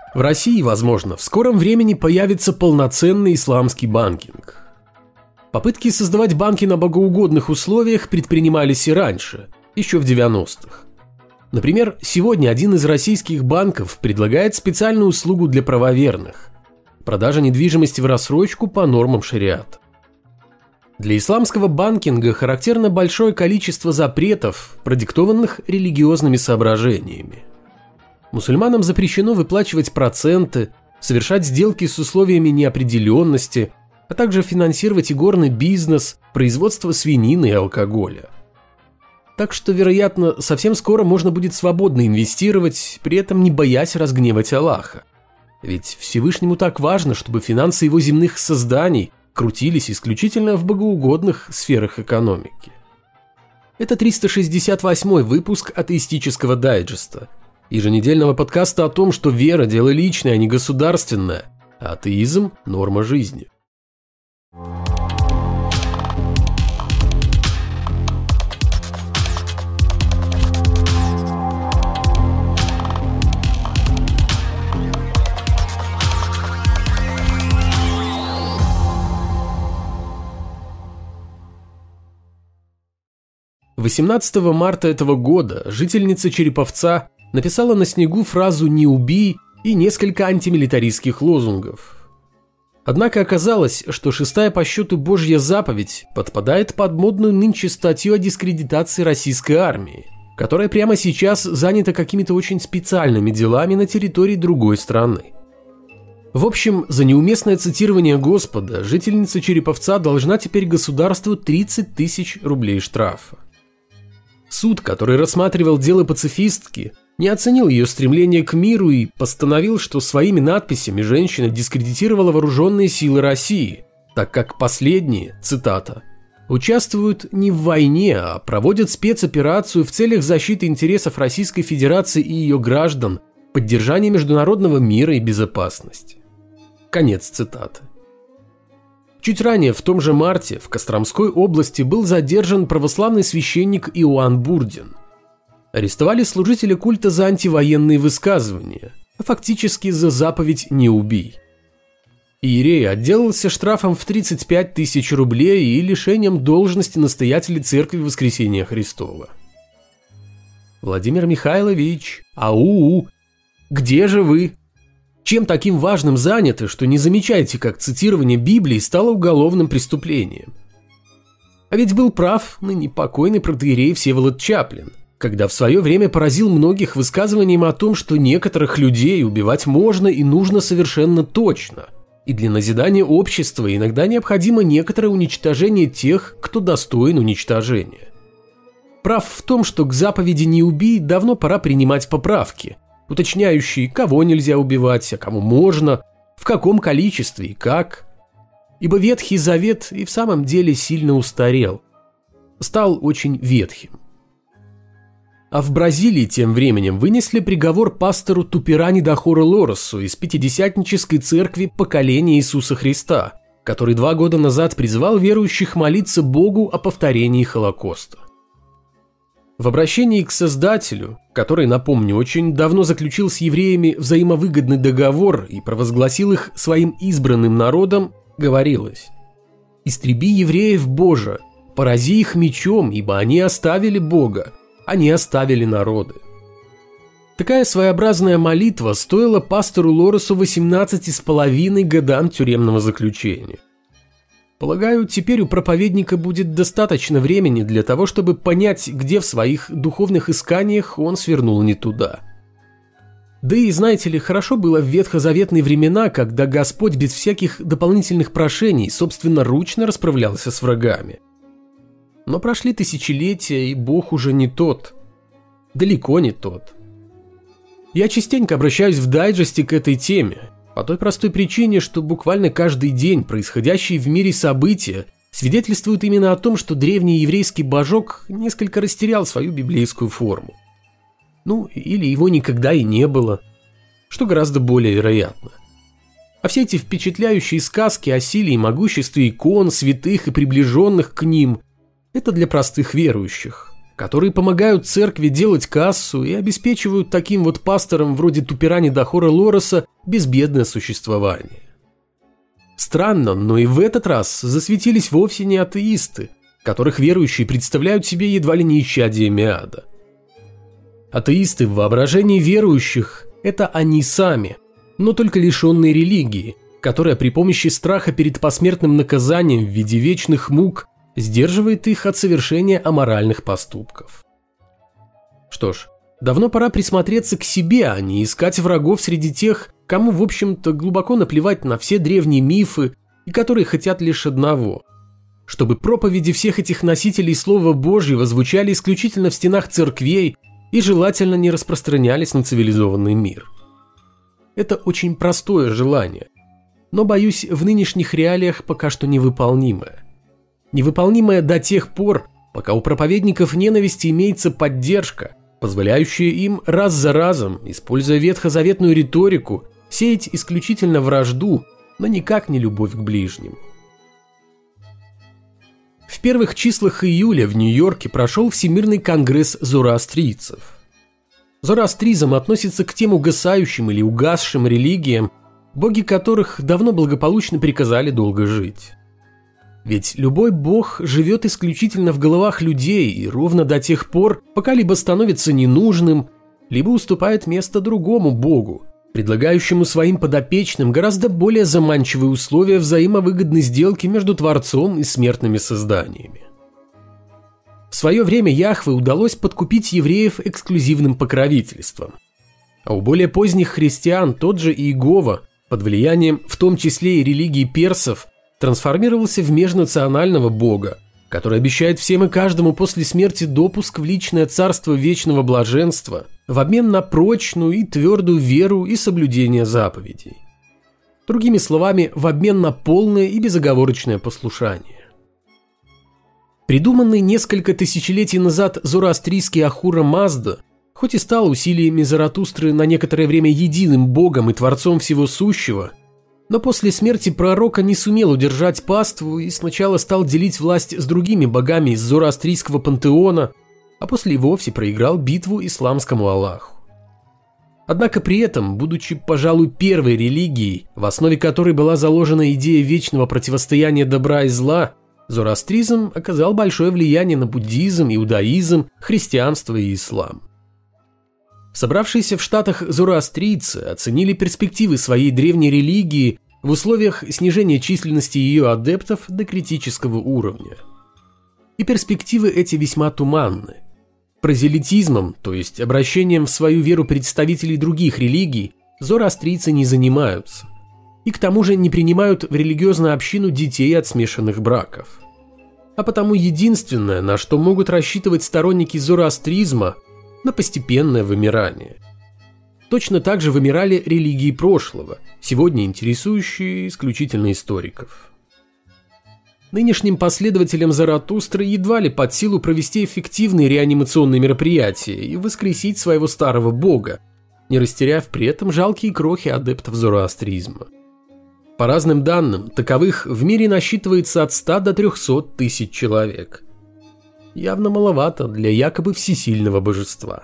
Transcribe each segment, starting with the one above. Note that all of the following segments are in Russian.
В России, возможно, в скором времени появится полноценный исламский банкинг. Попытки создавать банки на богоугодных условиях предпринимались и раньше, еще в 90-х. Например, сегодня один из российских банков предлагает специальную услугу для правоверных – продажа недвижимости в рассрочку по нормам шариата. Для исламского банкинга характерно большое количество запретов, продиктованных религиозными соображениями. Мусульманам запрещено выплачивать проценты, совершать сделки с условиями неопределенности, а также финансировать игорный бизнес, производство свинины и алкоголя. Так что, вероятно, совсем скоро можно будет свободно инвестировать, при этом не боясь разгневать Аллаха. Ведь Всевышнему так важно, чтобы финансы его земных созданий крутились исключительно в богоугодных сферах экономики. Это 368-й выпуск атеистического дайджеста, еженедельного подкаста о том, что вера – дело личное, а не государственное, а атеизм – норма жизни. – 18 марта этого года жительница Череповца написала на снегу фразу «не убий» и несколько антимилитаристских лозунгов. Однако оказалось, что 6-я по счету Божья заповедь подпадает под модную нынче статью о дискредитации российской армии, которая прямо сейчас занята какими-то очень специальными делами на территории другой страны. В общем, за неуместное цитирование Господа жительница Череповца должна теперь государству 30 тысяч рублей штрафа. Суд, который рассматривал дело пацифистки, не оценил ее стремление к миру и постановил, что своими надписями женщина дискредитировала вооруженные силы России, так как последние, цитата, участвуют не в войне, а проводят спецоперацию в целях защиты интересов Российской Федерации и ее граждан, поддержания международного мира и безопасности. Конец цитаты. Чуть ранее, в том же марте, в Костромской области был задержан православный священник Иоанн Бурдин. Арестовали служителя культа за антивоенные высказывания, а фактически за заповедь «не убий». Иерей отделался штрафом в 35 тысяч рублей и лишением должности настоятеля Церкви Воскресения Христова. Владимир Михайлович, ау, где же вы? Чем таким важным заняты, что не замечаете, как цитирование Библии стало уголовным преступлением? А ведь был прав ныне покойный протоиерей Всеволод Чаплин, когда в свое время поразил многих высказыванием о том, что некоторых людей убивать можно и нужно совершенно точно, и для назидания общества иногда необходимо некоторое уничтожение тех, кто достоин уничтожения. Прав в том, что к заповеди «не убий» давно пора принимать поправки, уточняющие, кого нельзя убивать, а кому можно, в каком количестве и как. Ибо Ветхий Завет и в самом деле сильно устарел, стал очень ветхим. А в Бразилии тем временем вынесли приговор пастору Тупирани да Хоро Лоресу из Пятидесятнической церкви поколения Иисуса Христа, который 2 года назад призвал верующих молиться Богу о повторении Холокоста. В обращении к Создателю, который, напомню, очень давно заключил с евреями взаимовыгодный договор и провозгласил их своим избранным народом, говорилось: «Истреби евреев, Боже, порази их мечом, ибо они оставили Бога, они оставили народы». Такая своеобразная молитва стоила пастору Лоресу 18,5 годам тюремного заключения. Полагаю, теперь у проповедника будет достаточно времени для того, чтобы понять, где в своих духовных исканиях он свернул не туда. Да и, знаете ли, хорошо было в ветхозаветные времена, когда Господь без всяких дополнительных прошений собственноручно расправлялся с врагами. Но прошли тысячелетия, и Бог уже не тот. Далеко не тот. Я частенько обращаюсь в дайджесте к этой теме, по той простой причине, что буквально каждый день происходящие в мире события свидетельствуют именно о том, что древний еврейский божок несколько растерял свою библейскую форму. Ну, или его никогда и не было, что гораздо более вероятно. А все эти впечатляющие сказки о силе и могуществе икон, святых и приближенных к ним – это для простых верующих, которые помогают церкви делать кассу и обеспечивают таким вот пасторам вроде Туперани Дахора Лореса безбедное существование. Странно, но и в этот раз засветились вовсе не атеисты, которых верующие представляют себе едва ли не исчадиями ада. Атеисты в воображении верующих – это они сами, но только лишенные религии, которая при помощи страха перед посмертным наказанием в виде вечных мук сдерживает их от совершения аморальных поступков. Что ж, давно пора присмотреться к себе, а не искать врагов среди тех, кому, в общем-то, глубоко наплевать на все древние мифы и которые хотят лишь одного – чтобы проповеди всех этих носителей Слова Божьего звучали исключительно в стенах церквей и желательно не распространялись на цивилизованный мир. Это очень простое желание, но, боюсь, в нынешних реалиях пока что невыполнимое. Невыполнимое до тех пор, пока у проповедников ненависти имеется поддержка, позволяющая им раз за разом, используя ветхозаветную риторику, сеять исключительно вражду, но никак не любовь к ближним. В первых числах июля в Нью-Йорке прошел Всемирный конгресс зороастрийцев. Зороастризм относится к тем угасающим или угасшим религиям, боги которых давно благополучно приказали долго жить. Ведь любой бог живет исключительно в головах людей и ровно до тех пор, пока либо становится ненужным, либо уступает место другому богу, предлагающему своим подопечным гораздо более заманчивые условия взаимовыгодной сделки между Творцом и смертными созданиями. В свое время Яхве удалось подкупить евреев эксклюзивным покровительством. А у более поздних христиан тот же Иегова, под влиянием в том числе и религии персов, трансформировался в межнационального бога, который обещает всем и каждому после смерти допуск в личное царство вечного блаженства в обмен на прочную и твердую веру и соблюдение заповедей. Другими словами, в обмен на полное и безоговорочное послушание. Придуманный несколько тысячелетий назад зороастрийский Ахура Мазда, хоть и стал усилиями Заратустры на некоторое время единым богом и творцом всего сущего, но после смерти пророка не сумел удержать паству и сначала стал делить власть с другими богами из зороастрийского пантеона, а после и вовсе проиграл битву исламскому Аллаху. Однако при этом, будучи, пожалуй, первой религией, в основе которой была заложена идея вечного противостояния добра и зла, зороастризм оказал большое влияние на буддизм, иудаизм, христианство и ислам. Собравшиеся в Штатах зороастрийцы оценили перспективы своей древней религии в условиях снижения численности ее адептов до критического уровня. И перспективы эти весьма туманны. Прозелитизмом, то есть обращением в свою веру представителей других религий, зороастрийцы не занимаются. И к тому же не принимают в религиозную общину детей от смешанных браков. А потому единственное, на что могут рассчитывать сторонники зороастризма – на постепенное вымирание. Точно так же вымирали религии прошлого, сегодня интересующие исключительно историков. Нынешним последователям Заратустры едва ли под силу провести эффективные реанимационные мероприятия и воскресить своего старого бога, не растеряв при этом жалкие крохи адептов зороастризма. По разным данным, таковых в мире насчитывается от 100 до 300 тысяч человек. Явно маловато для якобы всесильного божества.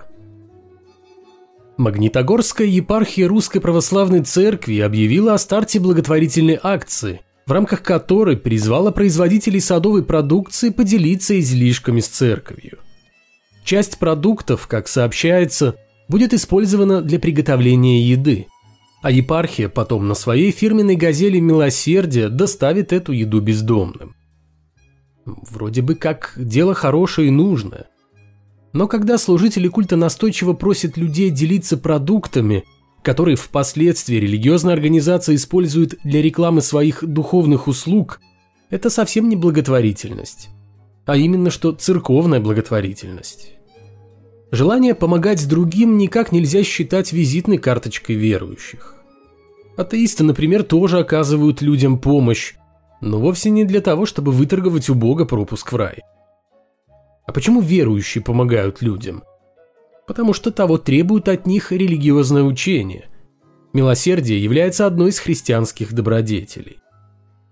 Магнитогорская епархия Русской Православной Церкви объявила о старте благотворительной акции, в рамках которой призвала производителей садовой продукции поделиться излишками с церковью. Часть продуктов, как сообщается, будет использована для приготовления еды, а епархия потом на своей фирменной газели «Милосердие» доставит эту еду бездомным. Вроде бы как дело хорошее и нужное. Но когда служители культа настойчиво просят людей делиться продуктами, которые впоследствии религиозная организация использует для рекламы своих духовных услуг, это совсем не благотворительность, а именно что церковная благотворительность. Желание помогать другим никак нельзя считать визитной карточкой верующих. Атеисты, например, тоже оказывают людям помощь, но вовсе не для того, чтобы выторговать у Бога пропуск в рай. А почему верующие помогают людям? Потому что того требует от них религиозное учение. Милосердие является одной из христианских добродетелей.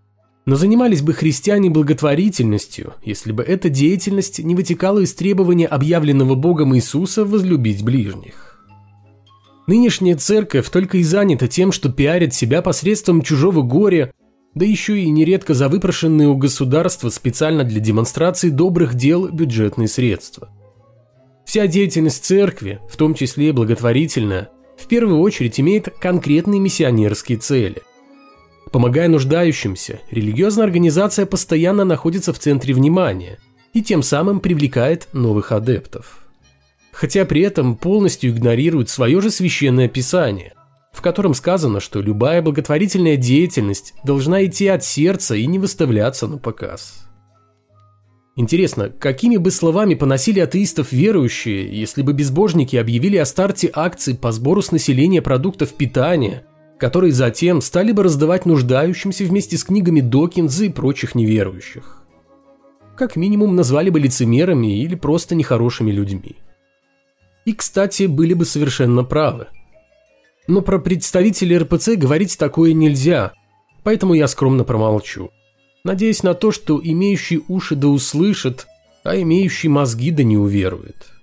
Но занимались бы христиане благотворительностью, если бы эта деятельность не вытекала из требования объявленного Богом Иисуса возлюбить ближних. Нынешняя церковь только и занята тем, что пиарит себя посредством чужого горя, да еще и нередко за выпрошенные у государства специально для демонстрации добрых дел бюджетные средства. Вся деятельность церкви, в том числе и благотворительная, в первую очередь имеет конкретные миссионерские цели. Помогая нуждающимся, религиозная организация постоянно находится в центре внимания и тем самым привлекает новых адептов. Хотя при этом полностью игнорирует свое же священное писание, в котором сказано, что любая благотворительная деятельность должна идти от сердца и не выставляться на показ. Интересно, какими бы словами поносили атеистов верующие, если бы безбожники объявили о старте акций по сбору с населения продуктов питания, которые затем стали бы раздавать нуждающимся вместе с книгами Докинза и прочих неверующих. Как минимум назвали бы лицемерами или просто нехорошими людьми. И, кстати, были бы совершенно правы. Но про представителей РПЦ говорить такое нельзя, поэтому я скромно промолчу, надеясь на то, что имеющий уши да услышит, а имеющий мозги да не уверует.